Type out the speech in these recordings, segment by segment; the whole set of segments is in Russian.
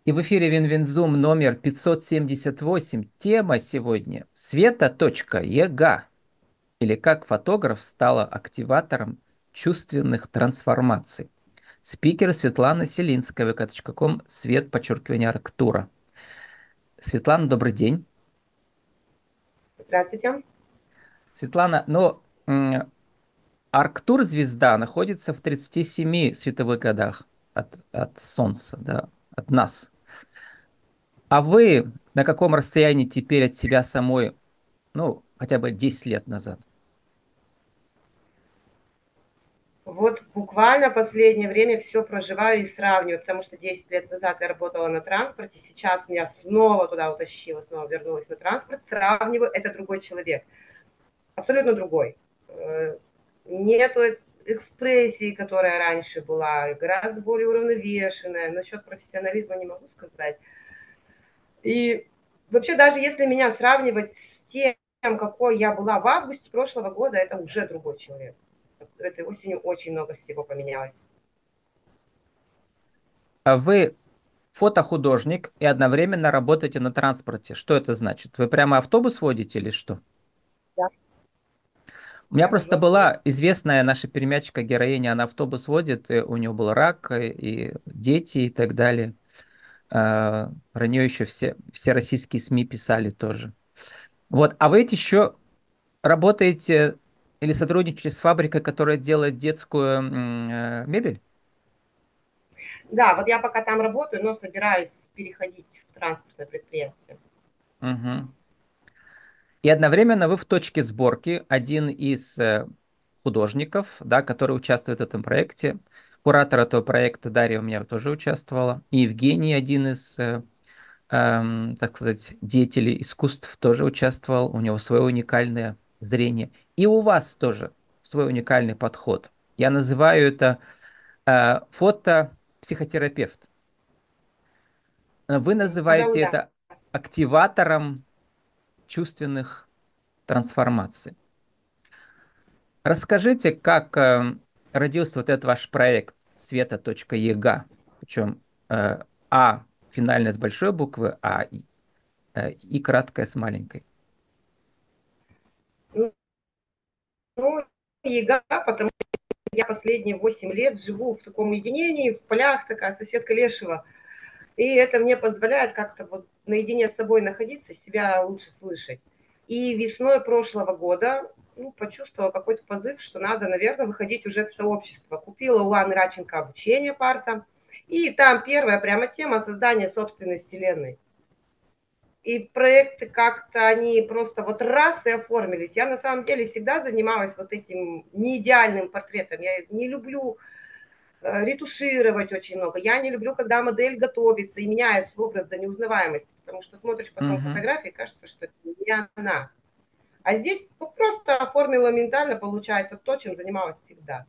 И в эфире Винвинзум номер 578. Тема сегодня Света.ега, или как фотограф стала активатором чувственных трансформаций. Спикер Светлана Селинская, vk.com, свет, подчеркивание, арктура. Светлана, добрый день. Здравствуйте. Светлана, Арктур звезда находится в 37 световых годах от Солнца, да, от нас. А вы на каком расстоянии теперь от себя самой, ну, хотя бы 10 лет назад? Вот буквально последнее время все проживаю и сравниваю, потому что 10 лет назад я работала на транспорте, сейчас меня снова туда утащило, снова вернулась на транспорт. Сравниваю, это другой человек, абсолютно другой. Нету экспрессии, которая раньше была, гораздо более уравновешенная. Насчет профессионализма не могу сказать. И вообще, даже если меня сравнивать с тем, какой я была в августе прошлого года, это уже другой человек. Этой осенью очень много всего поменялось. А вы фотохудожник и одновременно работаете на транспорте. Что это значит? Вы прямо автобус водите или что? Да, У меня я вожу просто автобус. была известная наша перемячка героиня, она автобус водит, и у нее был рак, и дети, и так далее. Про нее еще все российские СМИ писали тоже. Вот, а вы ведь еще работаете или сотрудничаете с фабрикой, которая делает детскую мебель? Да, вот я пока там работаю, но собираюсь переходить в транспортное предприятие. Мгм. И одновременно вы в точке сборки один из художников, да, который участвует в этом проекте. Куратор этого проекта Дарья у меня тоже участвовала. И Евгений, один из, так сказать, деятелей искусств, тоже участвовал. У него свое уникальное зрение. И у вас тоже свой уникальный подход. Я называю это фотопсихотерапевт. Вы называете Пожалуй, да. это активатором чувственных трансформаций. Расскажите, как родился вот этот ваш проект Света.ега, причем А финальная с большой буквы, и краткая с маленькой. Ну, яга, потому что я последние 8 лет живу в таком уединении, в полях, такая соседка Лешего. И это мне позволяет как-то вот наедине с собой находиться, себя лучше слышать. И весной прошлого года почувствовала какой-то позыв, что надо, наверное, выходить уже в сообщество. Купила у Анны Раченко обучение парта. И там первая прямо тема создания собственной вселенной. И проекты как-то они просто вот раз и оформились. Я на самом деле всегда занималась вот этим неидеальным портретом. Я не люблю ретушировать очень много. Я не люблю, когда модель готовится и меняет свой образ до неузнаваемости, потому что смотришь потом Мгм. фотографии, кажется, что это не она. А здесь просто оформила ментально, получается, то, чем занималась всегда.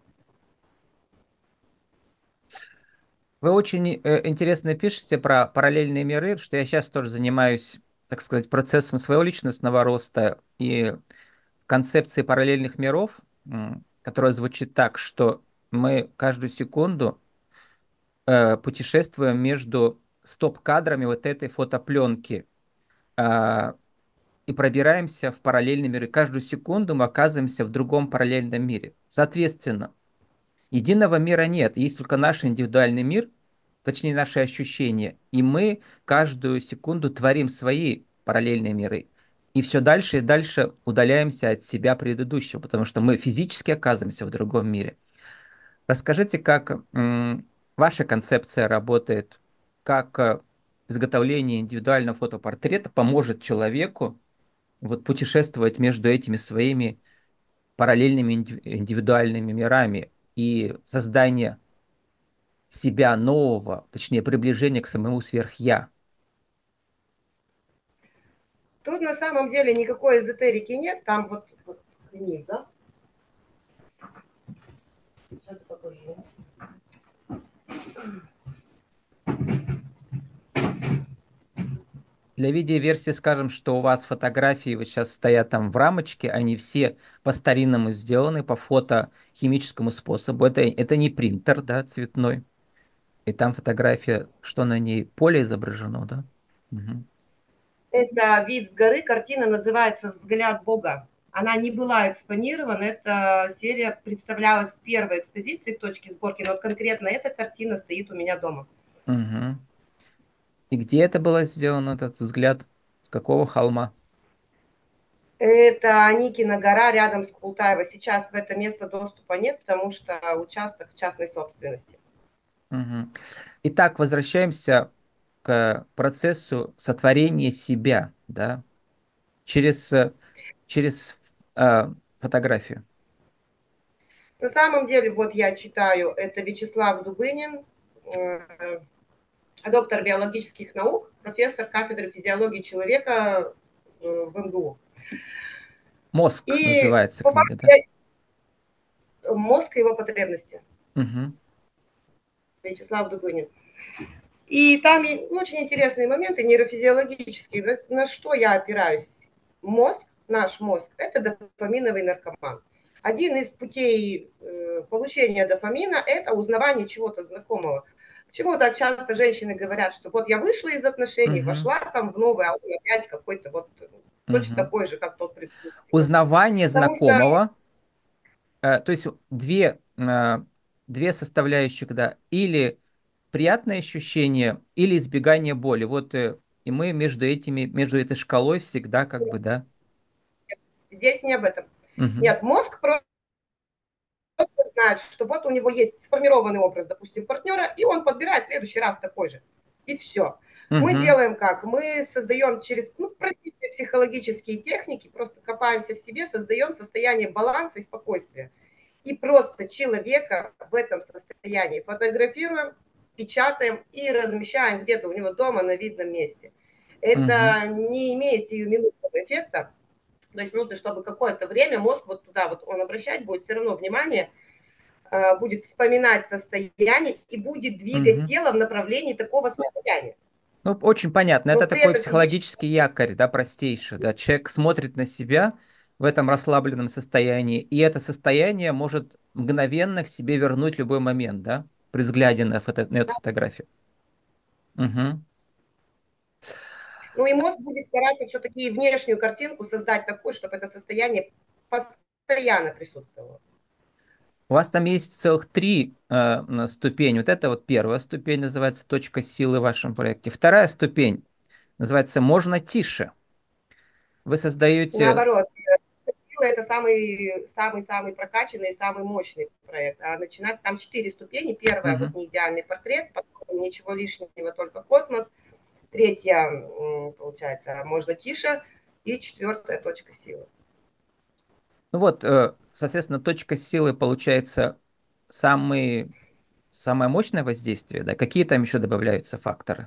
Вы очень интересно пишете про параллельные миры, что я сейчас тоже занимаюсь, так сказать, процессом своего личностного роста и концепции параллельных миров, которая звучит так, что мы каждую секунду путешествуем между стоп-кадрами вот этой фотопленки а, и пробираемся в параллельный мир. И каждую секунду мы оказываемся в другом параллельном мире. Соответственно, единого мира нет, есть только наш индивидуальный мир, точнее наши ощущения. И мы каждую секунду творим свои параллельные миры. И все дальше и дальше удаляемся от себя предыдущего, потому что мы физически оказываемся в другом мире. Расскажите, как ваша концепция работает, как изготовление индивидуального фотопортрета поможет человеку вот путешествовать между этими своими параллельными индивидуальными мирами и создание себя нового, точнее приближение к самому сверхя. Тут на самом деле никакой эзотерики нет, там вот книг, да? Сейчас покажу. Для видеоверсии скажем, что у вас фотографии вот сейчас стоят там в рамочке, они все по-старинному сделаны, по фотохимическому способу. Это не принтер, да, цветной. И там фотография, что на ней? Поле изображено, да? Мгм. Это вид с горы, картина называется «Взгляд Бога». Она не была экспонирована, эта серия представлялась в первой экспозиции в точке сборки, но вот конкретно эта картина стоит у меня дома. Мгм. И где это было сделано, этот взгляд? С какого холма? Это Аникина гора рядом с Култаево. Сейчас в это место доступа нет, потому что участок в частной собственности. Мгм. Итак, возвращаемся к процессу сотворения себя, да, через, через фотографию. На самом деле, вот я читаю, это Вячеслав Дубынин, доктор биологических наук, профессор кафедры физиологии человека в МГУ. Мозг И называется по книга, факту да? мозг и его потребности. Мгм. Вячеслав Дубынин. И там очень интересные моменты нейрофизиологические. На что я опираюсь? Мозг, наш мозг, это дофаминовый наркоман. Один из путей получения дофамина – это узнавание чего-то знакомого. Почему так часто женщины говорят, что вот я вышла из отношений, Мгм. вошла там в новое, а он опять какой-то вот точно Мгм. такой же, как тот предыдущий. Узнавание Потому что знакомого, то есть две составляющих, да, или приятное ощущение, или избегание боли. Вот и мы между этими, между этой шкалой всегда как бы, да. здесь не об этом. Мгм. Нет, мозг знает, что вот у него есть сформированный образ, допустим, партнера, и он подбирает в следующий раз такой же. И все. Мы Мгм. делаем как? Мы создаем через простые психологические техники, просто копаемся в себе, создаем состояние баланса и спокойствия. И просто человека в этом состоянии фотографируем, печатаем и размещаем где-то у него дома на видном месте. Мгм. Это не имеет сиюминутного эффекта. То есть нужно, чтобы какое-то время мозг вот туда вот он обращать будет все равно внимание, будет вспоминать состояние и будет двигать Мгм. тело в направлении такого состояния. Ну, очень понятно. Но Это при такой этом физически психологический якорь, да, простейший, да. Человек смотрит на себя в этом расслабленном состоянии, и это состояние может мгновенно к себе вернуть любой момент, да, при взгляде на эту фотографию. Мгм. ну и мозг будет стараться все-таки внешнюю картинку создать такую, чтобы это состояние постоянно присутствовало. У вас там есть целых три ступени. Вот это вот первая ступень называется точка силы в вашем проекте. Вторая ступень называется «можно тише». Вы создаете... Наоборот, это самый прокачанный, самый мощный проект. А начинать там 4 ступени. Первая вот Мгм. не идеальный портрет, потом ничего лишнего, только космос. Третья, получается, можно тише. И четвертая точка силы. Ну вот, соответственно, точка силы получается самое мощное воздействие, да? Какие там еще добавляются факторы?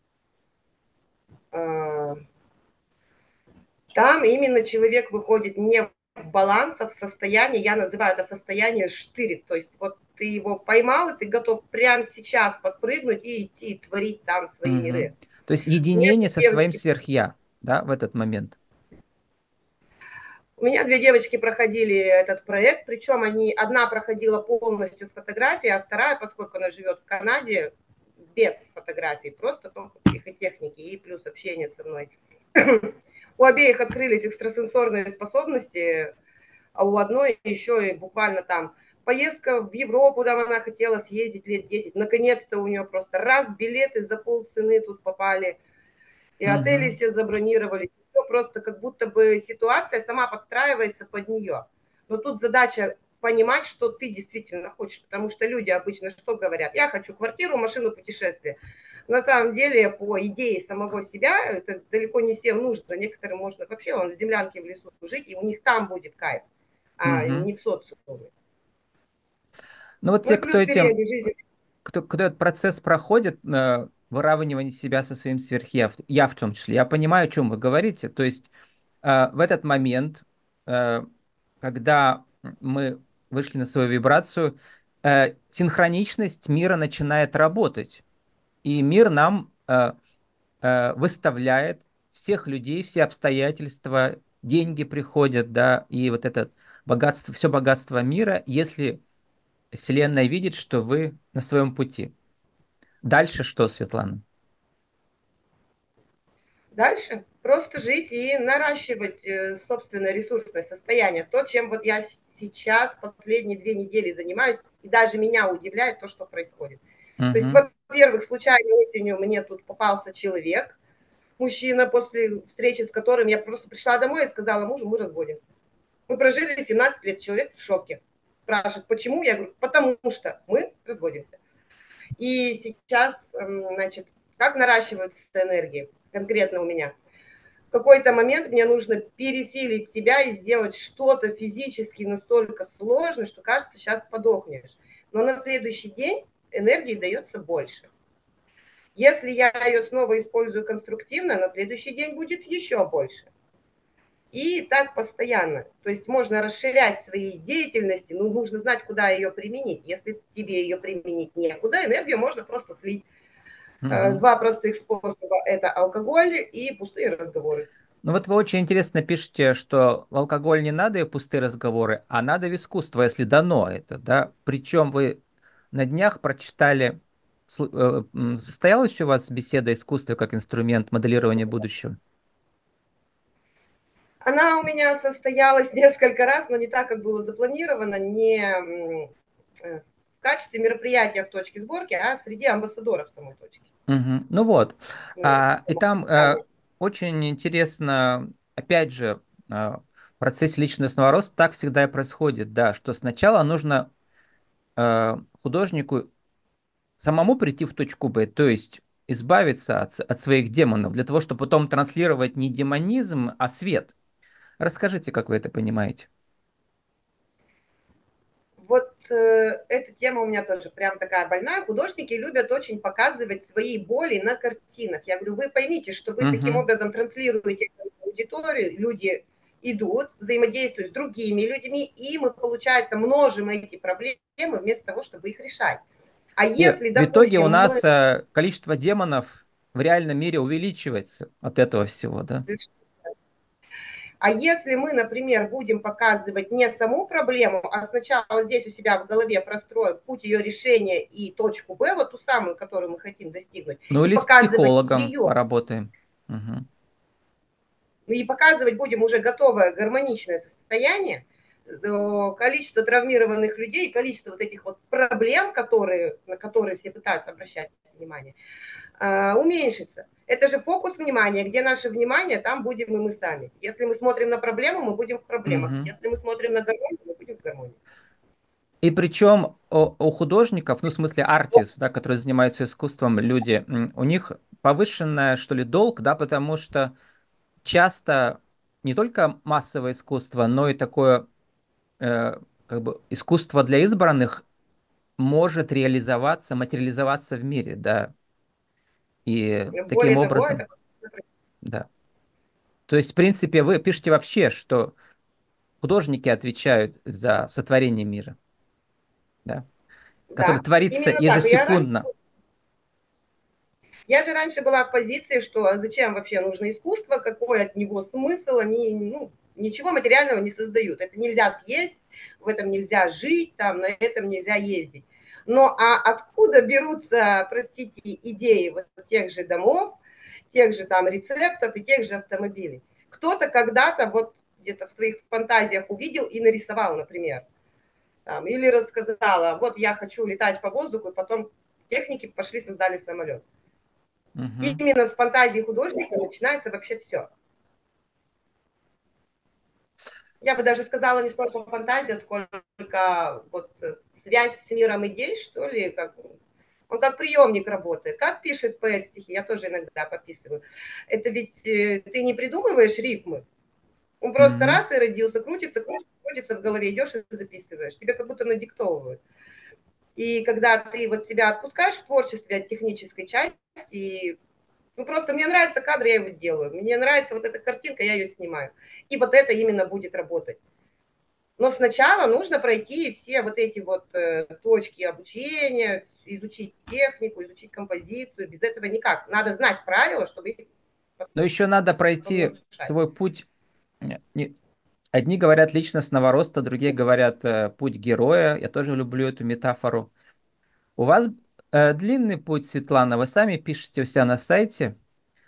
А, Там именно человек выходит не в баланс, а в состояние, я называю это состояние штырит. То есть вот ты его поймал, и ты готов прямо сейчас подпрыгнуть и идти и творить там свои Мгм. миры. То есть У меня единение две со своим девочки, сверхя, да, в этот момент. у меня две девочки проходили этот проект, причем одна проходила полностью с фотографией, а вторая, поскольку она живет в Канаде, без фотографий, просто только психотехники и плюс общение со мной. У обеих открылись экстрасенсорные способности, а у одной еще и буквально там поездка в Европу, там она хотела съездить лет 10. Наконец-то у нее просто раз билеты за полцены тут попали, и отели Мгм. все забронировались. Все просто как будто бы ситуация сама подстраивается под нее. Но тут задача понимать, что ты действительно хочешь, потому что люди обычно что говорят? Я хочу квартиру, машину, путешествие. На самом деле, по идее самого себя, это далеко не всем нужно. Некоторым можно вообще в землянке в лесу жить, и у них там будет кайф, а Мгм. не в социуме. Ну вот Ну те, и плюс периоды жизни. кто этот процесс проходит, выравнивание себя со своим сверхя, я в том числе, я понимаю, о чем вы говорите. То есть в этот момент, э, когда мы вышли на свою вибрацию, синхроничность мира начинает работать. И мир нам выставляет всех людей, все обстоятельства, деньги приходят, да, и вот это богатство, все богатство мира, если Вселенная видит, что вы на своем пути. Дальше что, Светлана? Дальше просто жить и наращивать собственное ресурсное состояние. То, чем вот я сейчас последние 2 недели занимаюсь, и даже меня удивляет то, что происходит. То есть, Мгм. во-первых, случайно осенью мне тут попался человек, мужчина, после встречи с которым я просто пришла домой и сказала мужу, мы разводимся. Мы прожили 17 лет, человек в шоке. Спрашивает, почему? Я говорю, потому что мы разводимся. И сейчас, значит, как наращиваются энергии конкретно у меня? В какой-то момент мне нужно пересилить себя и сделать что-то физически настолько сложное, что кажется, сейчас подохнешь. Но на следующий день энергии дается больше. Если я ее снова использую конструктивно, на следующий день будет еще больше. И так постоянно. То есть можно расширять свои деятельности, но нужно знать, куда ее применить. Если тебе ее применить некуда, энергию можно просто слить. Мгм. Два простых способа – это алкоголь и пустые разговоры. Ну вот вы очень интересно пишете, что в алкоголь не надо и пустые разговоры, а надо в искусство, если дано это, да. Причем вы на днях прочитали, состоялась у вас беседа искусства как инструмент моделирования будущего? Она у меня состоялась несколько раз, но не так, как было запланировано, не в качестве мероприятия в точке сборки, а среди амбассадоров самой точки. Мгм. Ну вот, и там Компании. очень интересно, опять же, в процессе личностного роста так всегда и происходит, да, что сначала нужно художнику самому прийти в точку Б, то есть избавиться от своих демонов, для того, чтобы потом транслировать не демонизм, а свет. Расскажите, как вы это понимаете. Вот эта тема у меня тоже прям такая больная. Художники любят очень показывать свои боли на картинах. Я говорю, вы поймите, что вы таким Мгм. образом транслируете аудиторию, люди идут, взаимодействуют с другими людьми, и мы, получается, множим эти проблемы вместо того, чтобы их решать. А И если, в итоге у допустим, мы нас количество демонов в реальном мире увеличивается от этого всего, да? А если мы, например, будем показывать не саму проблему, а сначала здесь у себя в голове простроим путь ее решения и точку Б, вот ту самую, которую мы хотим достигнуть, Ну и или с показывать психологом ее, поработаем. Мгм. и показывать будем уже готовое гармоничное состояние, то количество травмированных людей, количество вот этих вот проблем, на которые все пытаются обращать внимание, уменьшится. Это же фокус внимания. Где наше внимание, там будем и мы сами. Если мы смотрим на проблему, мы будем в проблемах. Мгм. Если мы смотрим на гармонию, мы будем в гармонии. И причем у художников, ну, в смысле артист, да, которые занимаются искусством, люди, у них повышенная, что ли, долг, да, потому что часто не только массовое искусство, но и такое как бы искусство для избранных может реализоваться, материализоваться в мире, да. И таким Более того, образом, это да. То есть, в принципе, вы пишете вообще, что художники отвечают за сотворение мира, да, который да, творится именно так. ежесекундно. Я же раньше была в позиции, что зачем вообще нужно искусство, какой от него смысл, они ничего материального не создают. Это нельзя съесть, в этом нельзя жить, там, на этом нельзя ездить. Но а откуда берутся, простите, идеи вот тех же домов, тех же там рецептов и тех же автомобилей? Кто-то когда-то вот где-то в своих фантазиях увидел и нарисовал, например, там, или рассказала, вот я хочу летать по воздуху, и потом техники пошли, создали самолет. Мгм. Именно с фантазии художника начинается вообще все. Я бы даже сказала не столько фантазия, сколько вот связь с миром идей, что ли, как он как приемник работает. Как пишет поэт стихи, я тоже иногда пописываю. Это ведь ты не придумываешь рифмы. Он просто Мгм. раз и родился, крутится, крутится, крутится в голове, идешь и записываешь. Тебе как будто надиктовывают. И когда ты вот себя отпускаешь в творчестве от технической части, и ну, просто мне нравится кадр, я его делаю. Мне нравится вот эта картинка, я ее снимаю. И вот это именно будет работать. Но сначала нужно пройти все вот эти вот точки обучения, изучить технику, изучить композицию. Без этого никак. Надо знать правила, чтобы их Но еще надо потом пройти нарушать. свой путь. Одни говорят личностного роста, другие говорят путь героя. Я тоже люблю эту метафору. У вас длинный путь, Светлана. Вы сами пишете у себя на сайте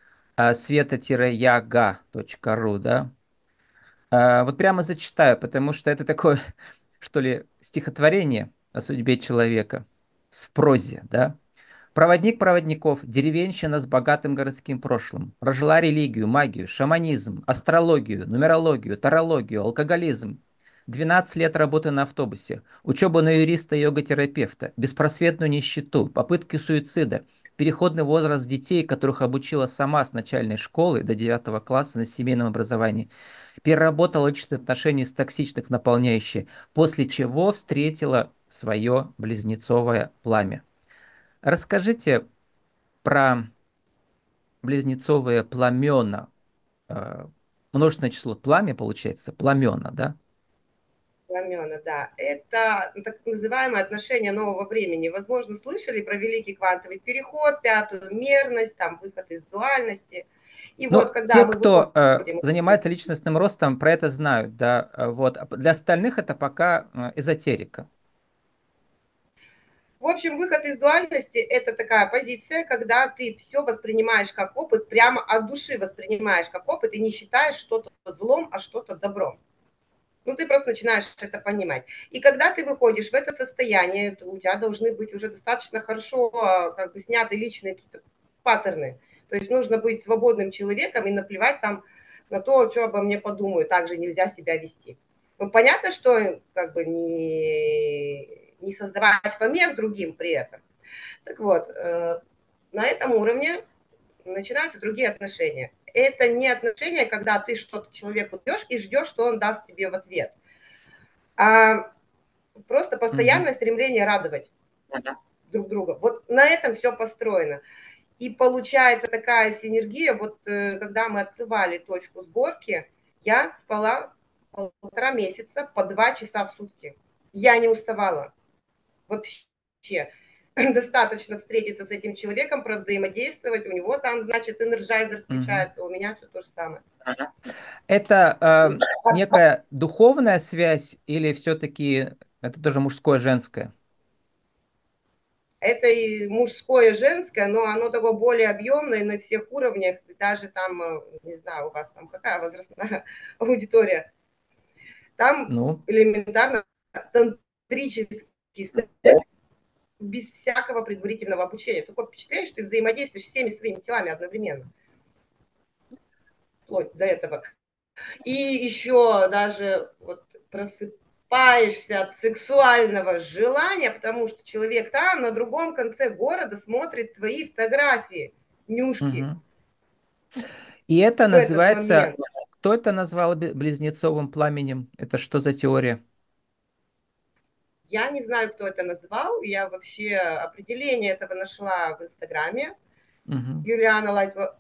света-яга.ру, да? Вот прямо зачитаю, потому что это такое, что ли, стихотворение о судьбе человека в прозе, да? Проводник проводников, деревенщина с богатым городским прошлым, прожила религию, магию, шаманизм, астрологию, нумерологию, тарологию, алкоголизм. 12 лет работы на автобусе, учеба на юриста и йога-терапевта, беспросветную нищету, попытки суицида, переходный возраст детей, которых обучила сама с начальной школы до 9 класса на семейном образовании, переработала личные отношения с токсичных в наполняющие, после чего встретила свое близнецовое пламя. Расскажите про близнецовые пламена. Множественное число пламя получается, пламена, да? Пламена, да. Это так называемое отношение нового времени. Возможно, слышали про великий квантовый переход, пятую мерность, там выход из дуальности. И вот Но когда те, мы кто выходим... занимается личностным ростом, про это знают, да. Вот. А для остальных это пока эзотерика. В общем, выход из дуальности – это такая позиция, когда ты все воспринимаешь как опыт, прямо от души воспринимаешь как опыт и не считаешь что-то злом, а что-то добром. Ну, ты просто начинаешь это понимать. И когда ты выходишь в это состояние, то у тебя должны быть уже достаточно хорошо как бы сняты личные какие-то паттерны. То есть нужно быть свободным человеком и наплевать там на то, что обо мне подумают. Так же нельзя себя вести. Ну, понятно, что как бы не создавать помех другим при этом. Так вот, на этом уровне начинаются другие отношения. Это не отношения, когда ты что-то человеку даешь и ждешь, что он даст тебе в ответ, а просто Мгм. постоянное стремление радовать друг друга. Вот на этом все построено. И получается такая синергия, вот когда мы открывали точку сборки, я спала 1,5 месяца по 2 часа в сутки. Я не уставала вообще. Достаточно встретиться с этим человеком, провзаимодействовать, у него там, значит, энерджайзер Мгм. включается, у меня все то же самое. Это А некая духовная связь или все-таки это тоже мужское-женское? это и мужское, и женское, но оно такое более объемное на всех уровнях, даже там, не знаю, у вас там какая возрастная аудитория, там Ну, элементарно тантрический секс без всякого предварительного обучения. Такое впечатление, что ты взаимодействуешь с всеми своими телами одновременно, вплоть до этого. И еще даже вот просыпаешься от сексуального желания, потому что человек там на другом конце города смотрит твои фотографии, нюшки мгм. И это в этот называется, момент. кто это назвал близнецовым пламенем? Это что за теория? Я не знаю, кто это назвал, я вообще определение этого нашла в Инстаграме. Мгм. Юлиана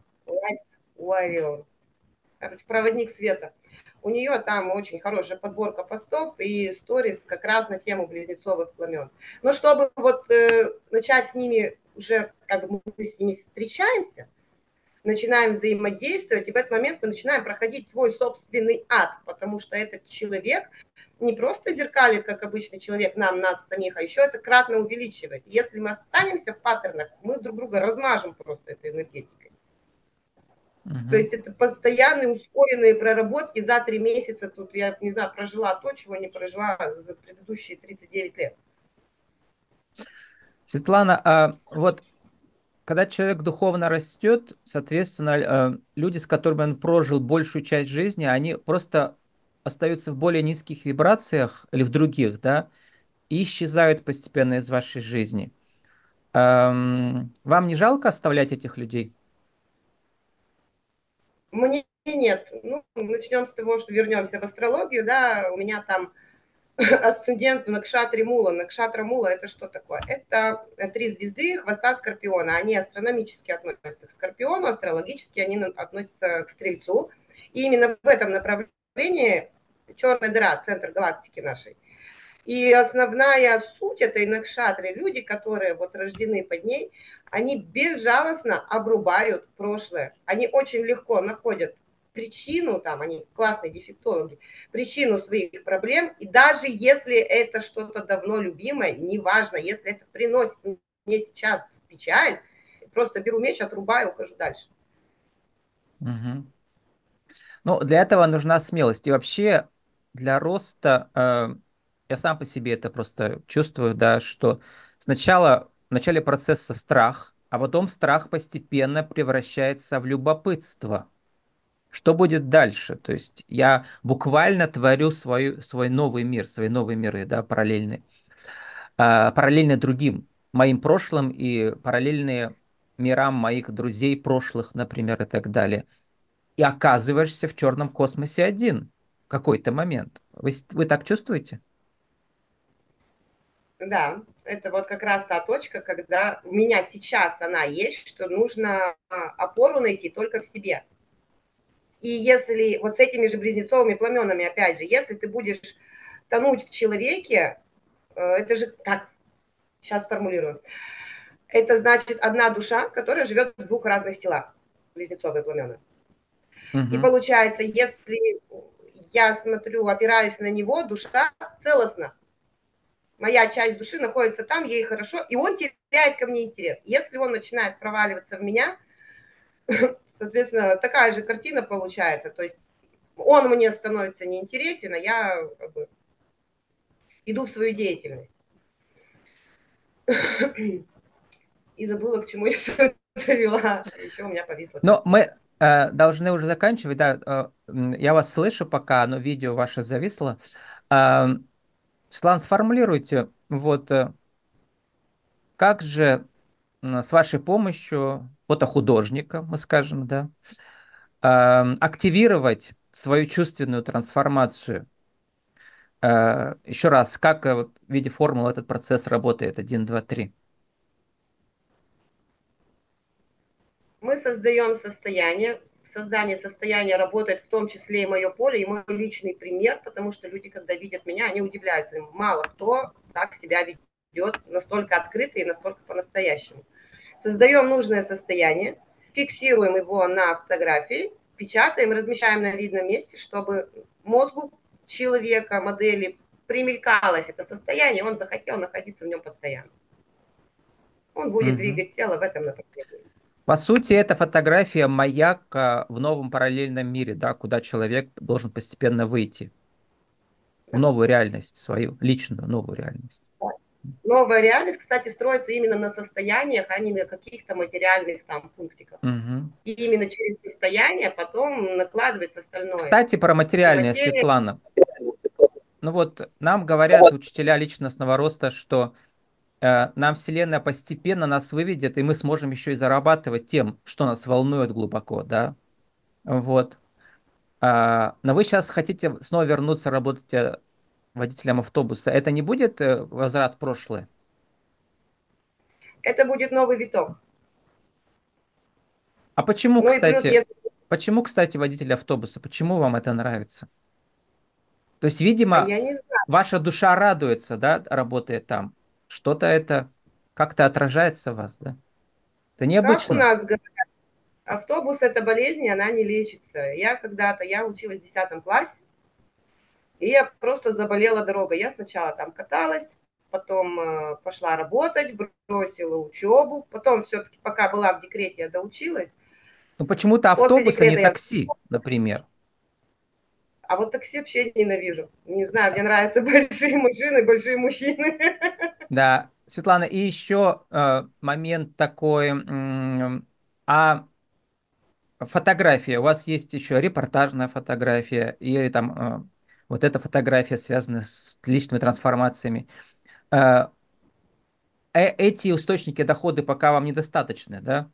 Лайт короче, проводник света. У нее там очень хорошая подборка постов и сторис как раз на тему близнецовых пламен. Но чтобы вот начать с ними уже, как бы мы с ними встречаемся, начинаем взаимодействовать, и в этот момент мы начинаем проходить свой собственный ад, потому что этот человек не просто зеркалит, как обычный человек, нас самих, а еще это кратно увеличивает. Если мы останемся в паттернах, мы друг друга размажем просто этой энергетикой. То Мгм. есть это постоянные ускоренные проработки за 3 месяца. Тут я, не знаю, прожила то, чего не прожила за предыдущие 39 лет. Светлана, а вот когда человек духовно растет, соответственно, люди, с которыми он прожил большую часть жизни, они просто остаются в более низких вибрациях или в других, да, и исчезают постепенно из вашей жизни. Вам не жалко оставлять этих людей? Мне нет. Ну, начнем с того, что вернемся в астрологию, да, у меня там асцендент в Накшатре Мула. Накшатра Мула – это что такое? Это 3 звезды хвоста Скорпиона. Они астрономически относятся к Скорпиону, астрологически они относятся к Стрельцу. И именно в этом направлении черная дыра, центр галактики нашей. И основная суть этой накшатры, люди, которые вот рождены под ней, они безжалостно обрубают прошлое. Они очень легко находят причину, там, они классные дефектологи, причину своих проблем, и даже если это что-то давно любимое, неважно, если это приносит сейчас печаль, просто беру меч, отрубаю, ухожу дальше. Мгм. Ну, для этого нужна смелость. И вообще для роста, я сам по себе это просто чувствую, да, что сначала в начале процесса страх, а потом страх постепенно превращается в любопытство. Что будет дальше? То есть я буквально творю свой новый мир, свои новые миры, да, параллельные, параллельные другим, моим прошлым и параллельные мирам моих друзей прошлых, например, и так далее. И оказываешься в черном космосе один в какой-то момент. Вы так чувствуете? Да, это вот как раз та точка, когда у меня сейчас она есть, что нужно опору найти только в себе. И если вот с этими же близнецовыми пламенами, опять же, если ты будешь тонуть в человеке, это же как, сейчас сформулирую, это значит одна душа, которая живет в двух разных телах, близнецовые пламена. И Мгм. получается, если я смотрю, опираюсь на него, душа целостна. Моя часть души находится там, ей хорошо, и он теряет ко мне интерес. Если он начинает проваливаться в меня, соответственно, такая же картина получается. То есть он мне становится неинтересен, а я как бы иду в свою деятельность. И забыла, к чему я все это вела. Еще у меня повисла Но мы картинка. должны уже заканчивать. Да, я вас слышу пока, но видео ваше зависло. Э, Светлана, сформулируйте, вот как же с вашей помощью фотохудожника, мы скажем, да, активировать свою чувственную трансформацию. Еще раз, как вот, в виде формулы этот процесс работает? Один, два, три. Мы создаем состояние. В создании состояния работает в том числе и мое поле, и мой личный пример, потому что люди, когда видят меня, они удивляются. Мало кто так себя ведет настолько открыто и настолько по-настоящему. Создаем нужное состояние, фиксируем его на фотографии, печатаем, размещаем на видном месте, чтобы мозгу человека, модели примелькалось это состояние, он захотел находиться в нем постоянно. Он будет Мгм. двигать тело в этом направлении. По сути, это фотография маяка в новом параллельном мире, да, куда человек должен постепенно выйти в Да. новую реальность, свою личную новую реальность. Новая реальность, кстати, строится именно на состояниях, а не на каких-то материальных там пунктиках. Мгм. И именно через состояние потом накладывается остальное. Кстати, про И материальное, материя. Светлана. Ну вот нам говорят учителя личностного роста, что нам Вселенная постепенно нас выведет, и мы сможем еще и зарабатывать тем, что нас волнует глубоко, да. Вот. Но вы сейчас хотите снова вернуться работать водителем автобуса. Это не будет возврат в прошлое? Это будет новый виток. А почему, Ну и плюс, кстати, если... почему, кстати, водитель автобуса? Почему вам это нравится? То есть, А видимо, я не знаю, ваша душа радуется, да, работая там. Что-то это как-то отражается в вас, да? Это как у необычно. нас говорят, автобус это болезнь, она не лечится. Я когда-то, я училась в 10 классе, и я просто заболела дорогой. Я сначала там каталась, потом пошла работать, бросила учебу, потом все-таки, пока была в декрете, я доучилась. Но почему-то После автобус, а не декрета я... такси, например. А вот такси вообще ненавижу. Не знаю, мне нравятся большие машины, большие мужчины. Да, Светлана, и еще момент такой, фотография. У вас есть еще репортажная фотография или там вот эта фотография, связанная с личными трансформациями. Э, Эти источники дохода пока вам недостаточны, да,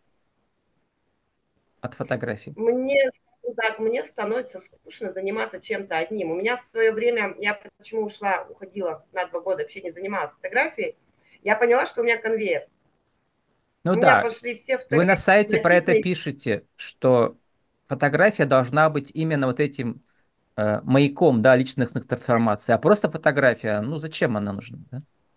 от фотографий? Мне, скажем так, мне становится скучно заниматься чем-то одним. У меня в свое время, я почему уходила на 2 года, вообще не занималась фотографией, я поняла, что у меня конвейер. Ну У меня да, пошли все вы на фотографии сайте про это однотипные. пишете, что фотография должна быть именно вот этим маяком, да, личностных трансформаций, а просто фотография, ну зачем она нужна, да?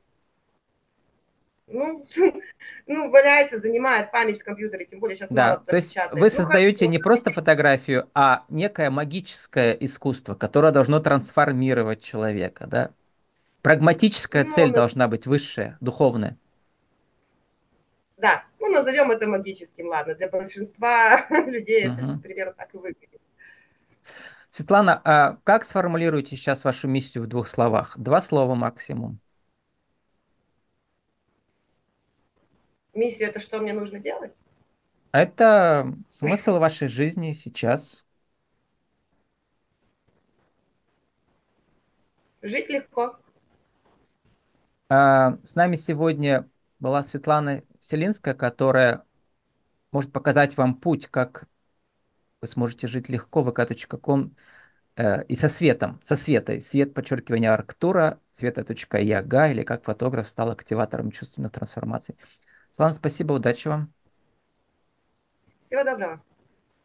Ну, ну, валяется, занимает память в компьютере, тем более сейчас мало Да, кто то есть вы печатает. Ну, хорошо, создаете не просто фотографию, а некое магическое искусство, которое должно трансформировать человека, да? Прагматическая цель ну, должна быть высшая, духовная. Да, ну назовем это магическим, ладно, для большинства людей это Мгм. примерно так и выглядит. Светлана, а как сформулируете сейчас вашу миссию в двух словах? Два слова максимум. Миссия это что мне нужно делать? Это смысл вашей жизни сейчас. Жить легко. С нами сегодня была Светлана Селинская, которая может показать вам путь, как вы сможете жить легко, vk.com, и со светом, со светой. Свет, подчеркивание, Арктура, света.яга, или как фотограф стал активатором чувственных трансформаций. Светлана, спасибо, удачи вам. Всего доброго.